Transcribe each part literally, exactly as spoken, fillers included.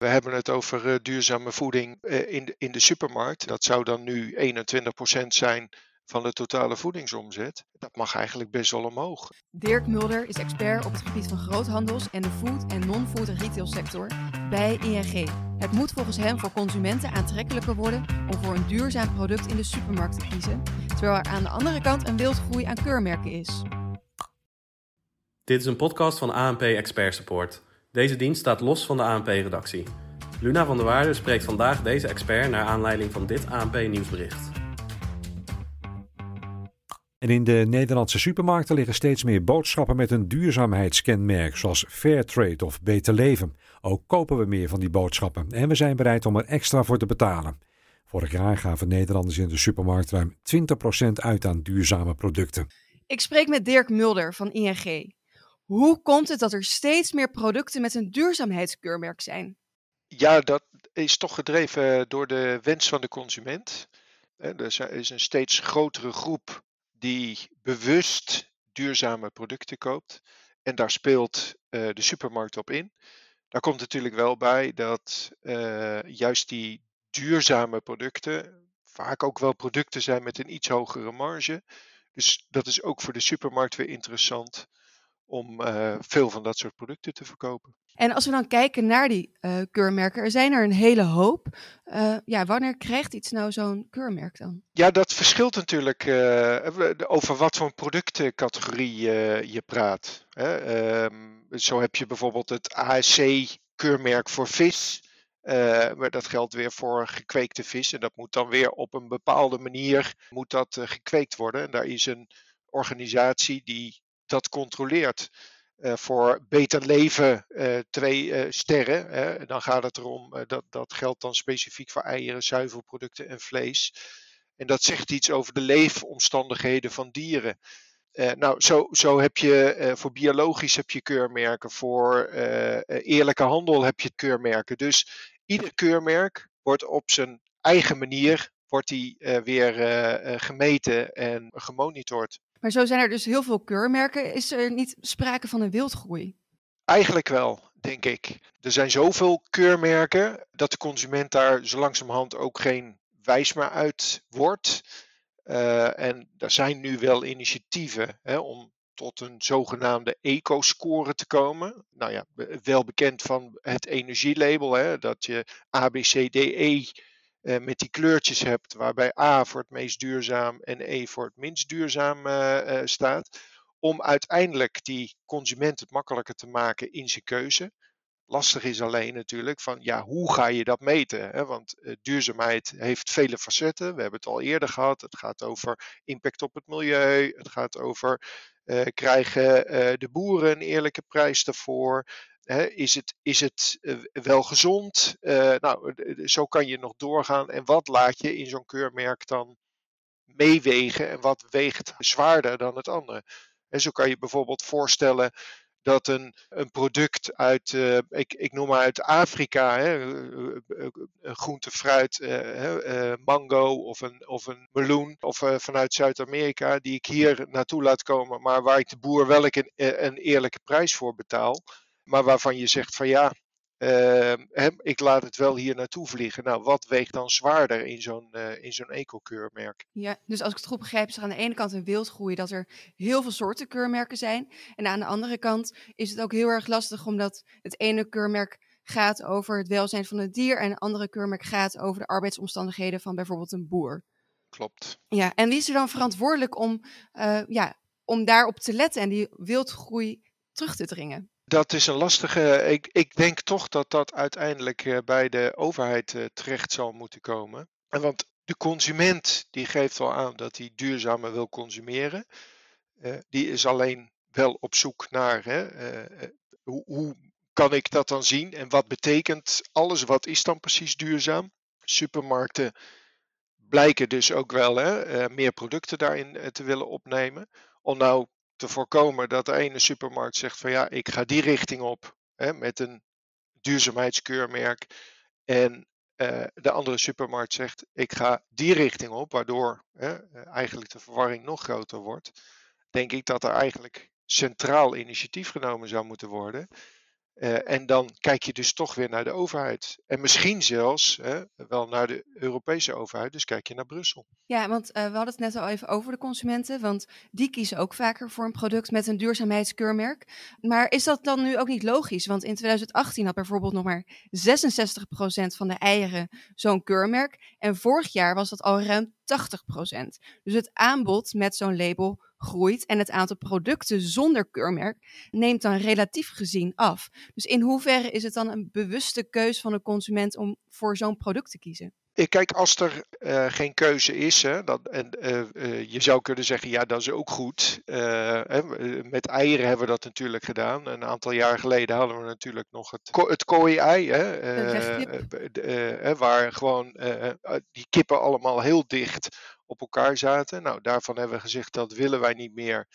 We hebben het over uh, duurzame voeding uh, in, de, in de supermarkt. Dat zou dan nu eenentwintig procent zijn van de totale voedingsomzet. Dat mag eigenlijk best wel omhoog. Dirk Mulder is expert op het gebied van groothandels en de food- en non-food retailsector bij I N G. Het moet volgens hem voor consumenten aantrekkelijker worden om voor een duurzaam product in de supermarkt te kiezen, terwijl er aan de andere kant een wildgroei aan keurmerken is. Dit is een podcast van A N P Expert Support. Deze dienst staat los van de A N P-redactie. Luna van der Waarde spreekt vandaag deze expert naar aanleiding van dit A N P-nieuwsbericht. En in de Nederlandse supermarkten liggen steeds meer boodschappen met een duurzaamheidskenmerk, zoals Fairtrade of Beter Leven. Ook kopen we meer van die boodschappen en we zijn bereid om er extra voor te betalen. Vorig jaar gaven Nederlanders in de supermarkt ruim twintig procent uit aan duurzame producten. Ik spreek met Dirk Mulder van I N G. Hoe komt het dat er steeds meer producten met een duurzaamheidskeurmerk zijn? Ja, dat is toch gedreven door de wens van de consument. Er is een steeds grotere groep die bewust duurzame producten koopt. En daar speelt uh, de supermarkt op in. Daar komt natuurlijk wel bij dat uh, juist die duurzame producten vaak ook wel producten zijn met een iets hogere marge. Dus dat is ook voor de supermarkt weer interessant om uh, veel van dat soort producten te verkopen. En als we dan kijken naar die uh, keurmerken, er zijn er een hele hoop. Uh, ja, wanneer krijgt iets nou zo'n keurmerk dan? Ja, dat verschilt natuurlijk uh, over wat voor productencategorie uh, je praat. Hè. Um, zo heb je bijvoorbeeld het A S C-keurmerk voor vis. Uh, maar dat geldt weer voor gekweekte vis. En dat moet dan weer op een bepaalde manier moet dat, uh, gekweekt worden. En daar is een organisatie die dat controleert. Uh, voor Beter Leven uh, twee uh, sterren. Hè. Dan gaat het erom, uh, dat, dat geldt dan specifiek voor eieren, zuivelproducten en vlees. En dat zegt iets over de leefomstandigheden van dieren. Uh, nou, zo, zo heb je uh, voor biologisch heb je keurmerken, voor uh, eerlijke handel heb je keurmerken. Dus ieder keurmerk wordt op zijn eigen manier wordt die, uh, weer uh, uh, gemeten en gemonitord. Maar zo zijn er dus heel veel keurmerken. Is er niet sprake van een wildgroei? Eigenlijk wel, denk ik. Er zijn zoveel keurmerken dat de consument daar zo langzamerhand ook geen wijs meer uit wordt. Uh, en er zijn nu wel initiatieven hè, om tot een zogenaamde eco-score te komen. Nou ja, wel bekend van het energielabel, hè, dat je A, B, C, D, E uh, met die kleurtjes hebt, waarbij A voor het meest duurzaam en E voor het minst duurzaam uh, uh, staat. Om uiteindelijk die consument het makkelijker te maken in zijn keuze. Lastig is alleen natuurlijk van ja, hoe ga je dat meten? Hè? Want uh, duurzaamheid heeft vele facetten. We hebben het al eerder gehad. Het gaat over impact op het milieu. Het gaat over uh, krijgen uh, de boeren een eerlijke prijs daarvoor? Hè? Is het, is het uh, wel gezond? Uh, nou, uh, zo kan je nog doorgaan. En wat laat je in zo'n keurmerk dan meewegen? En wat weegt zwaarder dan het andere? En zo kan je bijvoorbeeld voorstellen dat een, een product uit, uh, ik, ik noem maar uit Afrika, hè, een groente, fruit, uh, uh, mango of een, of een meloen, of uh, vanuit Zuid-Amerika, die ik hier naartoe laat komen, maar waar ik de boer wel een, een eerlijke prijs voor betaal, maar waarvan je zegt van ja, uh, hè, ik laat het wel hier naartoe vliegen. Nou, wat weegt dan zwaarder in zo'n, uh, in zo'n eco-keurmerk? Ja, dus als ik het goed begrijp, is er aan de ene kant een wildgroei dat er heel veel soorten keurmerken zijn. En aan de andere kant is het ook heel erg lastig omdat het ene keurmerk gaat over het welzijn van het dier en het andere keurmerk gaat over de arbeidsomstandigheden van bijvoorbeeld een boer. Klopt. Ja, en wie is er dan verantwoordelijk om, uh, ja, om daarop te letten en die wildgroei terug te dringen? Dat is een lastige. Ik, ik denk toch dat dat uiteindelijk uh, bij de overheid uh, terecht zal moeten komen. En want de consument die geeft al aan dat hij duurzamer wil consumeren. Uh, die is alleen wel op zoek naar hè, uh, uh, hoe, hoe kan ik dat dan zien en wat betekent alles, wat is dan precies duurzaam? Supermarkten blijken dus ook wel hè, uh, meer producten daarin uh, te willen opnemen. Om nou te voorkomen dat de ene supermarkt zegt van ja, ik ga die richting op hè, met een duurzaamheidskeurmerk. En uh, de andere supermarkt zegt ik ga die richting op, waardoor hè, eigenlijk de verwarring nog groter wordt. Denk ik dat er eigenlijk centraal initiatief genomen zou moeten worden. Uh, en dan kijk je dus toch weer naar de overheid. En misschien zelfs hè, wel naar de Europese overheid, dus kijk je naar Brussel. Ja, want uh, we hadden het net al even over de consumenten, want die kiezen ook vaker voor een product met een duurzaamheidskeurmerk. Maar is dat dan nu ook niet logisch? Want in twintig achttien had bijvoorbeeld nog maar zesenzestig procent van de eieren zo'n keurmerk. En vorig jaar was dat al ruim tachtig procent. Dus het aanbod met zo'n label groeit en het aantal producten zonder keurmerk neemt dan relatief gezien af. Dus in hoeverre is het dan een bewuste keus van de consument om voor zo'n product te kiezen? Kijk, als er uh, geen keuze is, hè, dat, en uh, uh, je zou kunnen zeggen, ja, dat is ook goed. Uh, hè, met eieren hebben we dat natuurlijk gedaan. Een aantal jaar geleden hadden we natuurlijk nog het, ko- het kooi-ei, hè, uh, uh, uh, waar gewoon uh, die kippen allemaal heel dicht op elkaar zaten. Nou, daarvan hebben we gezegd, dat willen wij niet meer.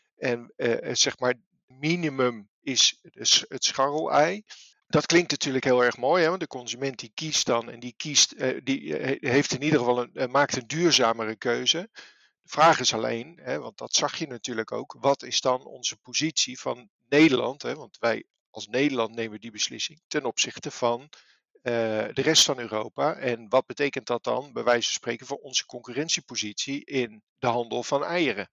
En uh, zeg maar, minimum is het scharrel-ei. Dat klinkt natuurlijk heel erg mooi, hè? Want de consument die kiest dan en die kiest, eh, die eh, heeft in ieder geval een, eh, maakt een duurzamere keuze. De vraag is alleen, hè, want dat zag je natuurlijk ook, wat is dan onze positie van Nederland? Hè? Want wij als Nederland nemen die beslissing ten opzichte van uh, de rest van Europa. En wat betekent dat dan, bij wijze van spreken, voor onze concurrentiepositie in de handel van eieren?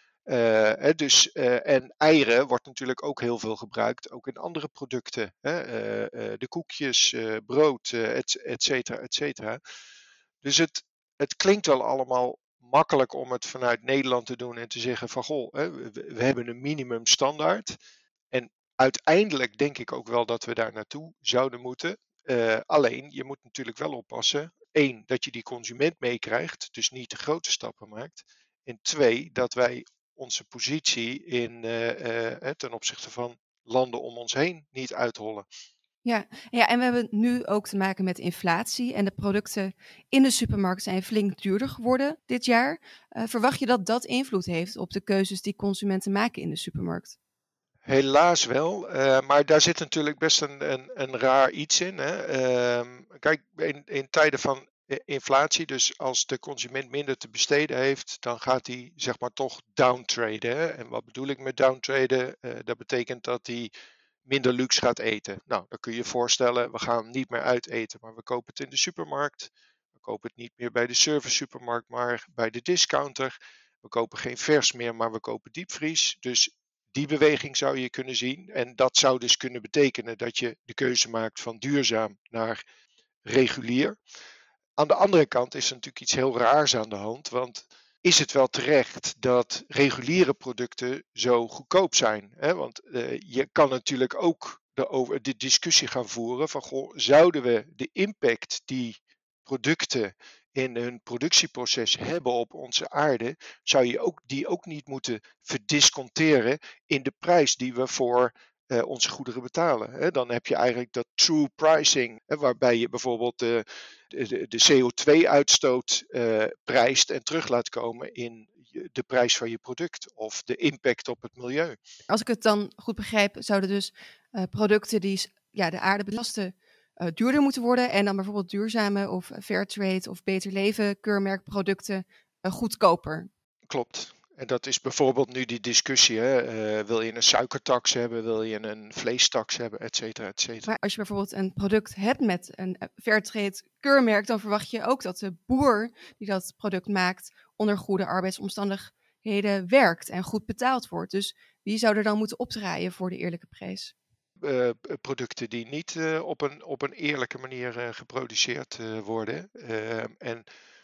Uh, hè, dus, uh, en eieren wordt natuurlijk ook heel veel gebruikt, ook in andere producten. Hè? Uh, uh, de koekjes, uh, brood, uh, et, et cetera, et cetera. Dus het, het klinkt wel allemaal makkelijk om het vanuit Nederland te doen en te zeggen van goh, hè, we, we hebben een minimumstandaard. En uiteindelijk denk ik ook wel dat we daar naartoe zouden moeten. Uh, alleen, je moet natuurlijk wel oppassen. Eén, dat je die consument meekrijgt, dus niet de grote stappen maakt. En twee, dat wij onze positie in, uh, uh, ten opzichte van landen om ons heen niet uithollen. Ja, ja, en we hebben nu ook te maken met inflatie en de producten in de supermarkt zijn flink duurder geworden dit jaar. Uh, verwacht je dat dat invloed heeft op de keuzes die consumenten maken in de supermarkt? Helaas wel, uh, maar daar zit natuurlijk best een, een, een raar iets in. Hè? Uh, kijk, in, in tijden van inflatie, dus als de consument minder te besteden heeft, dan gaat hij zeg maar toch downtraden. Hè? En wat bedoel ik met downtraden? Uh, dat betekent dat hij minder luxe gaat eten. Nou, dan kun je je voorstellen, we gaan niet meer uit eten, maar we kopen het in de supermarkt. We kopen het niet meer bij de service supermarkt, maar bij de discounter. We kopen geen vers meer, maar we kopen diepvries. Dus die beweging zou je kunnen zien. En dat zou dus kunnen betekenen dat je de keuze maakt van duurzaam naar regulier. Aan de andere kant is er natuurlijk iets heel raars aan de hand. Want is het wel terecht dat reguliere producten zo goedkoop zijn? Hè? Want uh, je kan natuurlijk ook de, over, de discussie gaan voeren van goh, zouden we de impact die producten in hun productieproces hebben op onze aarde, zou je ook, die ook niet moeten verdisconteren in de prijs die we voor uh, onze goederen betalen. Hè? Dan heb je eigenlijk dat true pricing, hè, waarbij je bijvoorbeeld uh, de, de C O twee uitstoot uh, prijst en terug laat komen in de prijs van je product of de impact op het milieu. Als ik het dan goed begrijp, zouden dus uh, producten die ja, de aarde belasten uh, duurder moeten worden en dan bijvoorbeeld duurzame of Fairtrade of Beter Leven keurmerkproducten uh, goedkoper. Klopt. En dat is bijvoorbeeld nu die discussie. Hè? Uh, wil je een suikertax hebben? Wil je een vleestax hebben? Et cetera, et cetera. Maar als je bijvoorbeeld een product hebt met een Fairtrade keurmerk, dan verwacht je ook dat de boer die dat product maakt onder goede arbeidsomstandigheden werkt en goed betaald wordt. Dus wie zou er dan moeten opdraaien voor de eerlijke prijs? Uh, producten die niet uh, op, een, op een eerlijke manier uh, geproduceerd uh, worden. Uh, en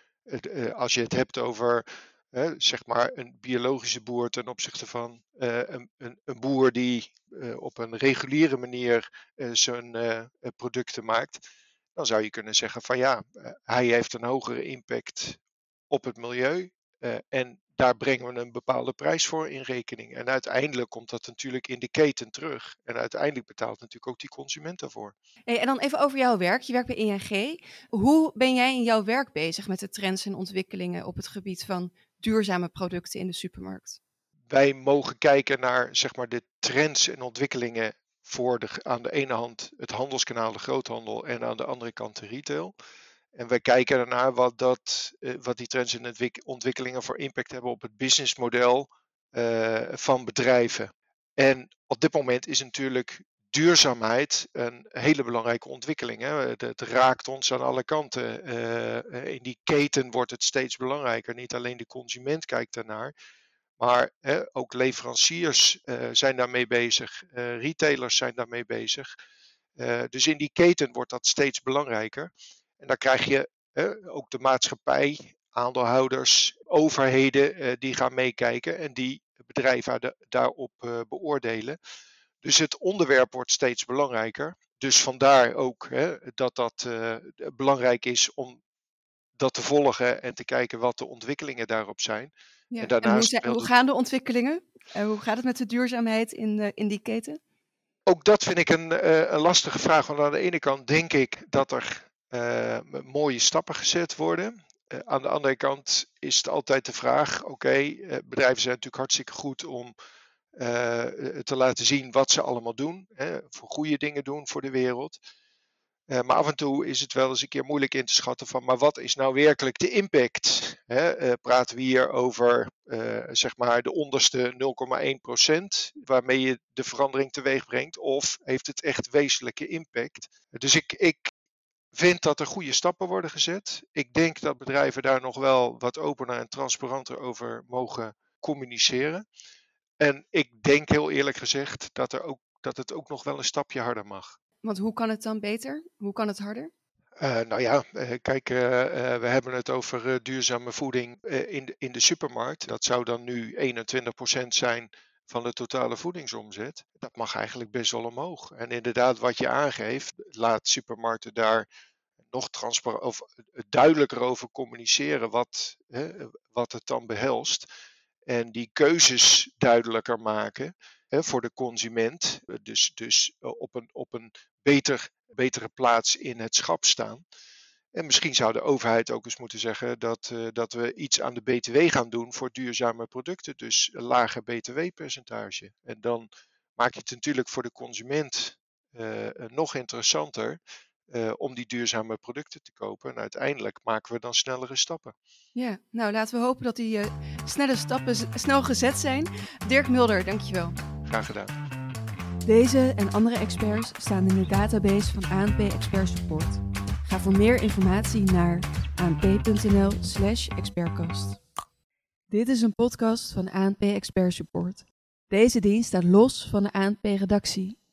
uh, als je het hebt over uh, zeg maar een biologische boer ten opzichte van uh, een, een, een boer die uh, op een reguliere manier uh, zijn uh, producten maakt, dan zou je kunnen zeggen van ja, uh, hij heeft een hogere impact op het milieu uh, en daar brengen we een bepaalde prijs voor in rekening. En uiteindelijk komt dat natuurlijk in de keten terug. En uiteindelijk betaalt natuurlijk ook die consument daarvoor. Hey, en dan even over jouw werk. Je werkt bij I N G. Hoe ben jij in jouw werk bezig met de trends en ontwikkelingen op het gebied van duurzame producten in de supermarkt? Wij mogen kijken naar zeg maar, de trends en ontwikkelingen voor de, aan de ene hand het handelskanaal, de groothandel, en aan de andere kant de retail. En wij kijken ernaar wat, dat, wat die trends en ontwikkelingen voor impact hebben op het businessmodel uh, van bedrijven. En op dit moment is natuurlijk duurzaamheid een hele belangrijke ontwikkeling. Hè. Het, het raakt ons aan alle kanten. Uh, in die keten wordt het steeds belangrijker. Niet alleen de consument kijkt daarnaar, maar hè, ook leveranciers uh, zijn daarmee bezig. Uh, retailers zijn daarmee bezig. Uh, dus in die keten wordt dat steeds belangrijker. En dan krijg je uh, ook de maatschappij, aandeelhouders, overheden uh, die gaan meekijken en die bedrijven da- daarop uh, beoordelen. Dus het onderwerp wordt steeds belangrijker. Dus vandaar ook hè, dat dat uh, belangrijk is om dat te volgen en te kijken wat de ontwikkelingen daarop zijn. Ja. En, daarnaast en hoe, zijn, hoe gaan de ontwikkelingen? En hoe gaat het met de duurzaamheid in, uh, in die keten? Ook dat vind ik een, uh, een lastige vraag. Want aan de ene kant denk ik dat er uh, mooie stappen gezet worden. Uh, aan de andere kant is het altijd de vraag, oké, okay, uh, bedrijven zijn natuurlijk hartstikke goed om uh, te laten zien wat ze allemaal doen. Hè, voor goede dingen doen voor de wereld. Uh, maar af en toe is het wel eens een keer moeilijk in te schatten van, maar wat is nou werkelijk de impact? Hè? Uh, praten we hier over uh, zeg maar de onderste nul komma één procent waarmee je de verandering teweeg brengt, of heeft het echt wezenlijke impact? Dus ik, ik vind dat er goede stappen worden gezet. Ik denk dat bedrijven daar nog wel wat opener en transparanter over mogen communiceren. En ik denk heel eerlijk gezegd dat, er ook, dat het ook nog wel een stapje harder mag. Want hoe kan het dan beter? Hoe kan het harder? Uh, nou ja, uh, kijk, uh, uh, we hebben het over uh, duurzame voeding uh, in, de, in de supermarkt. Dat zou dan nu eenentwintig procent zijn van de totale voedingsomzet. Dat mag eigenlijk best wel omhoog. En inderdaad, wat je aangeeft, laat supermarkten daar nog transparant of duidelijker over communiceren wat, uh, wat het dan behelst. En die keuzes duidelijker maken hè, voor de consument. Dus, dus op een, op een beter, betere plaats in het schap staan. En misschien zou de overheid ook eens moeten zeggen dat, uh, dat we iets aan de B T W gaan doen voor duurzame producten. Dus een lager B T W-percentage. En dan maak je het natuurlijk voor de consument uh, nog interessanter uh, om die duurzame producten te kopen. En uiteindelijk maken we dan snellere stappen. Ja, nou laten we hopen dat die uh, snelle stappen z- snel gezet zijn. Dirk Mulder, dankjewel. Graag gedaan. Deze en andere experts staan in de database van A N P Expert Support. Ga voor meer informatie naar anp.nl slash expertcast. Dit is een podcast van A N P Expert Support. Deze dienst staat los van de A N P-redactie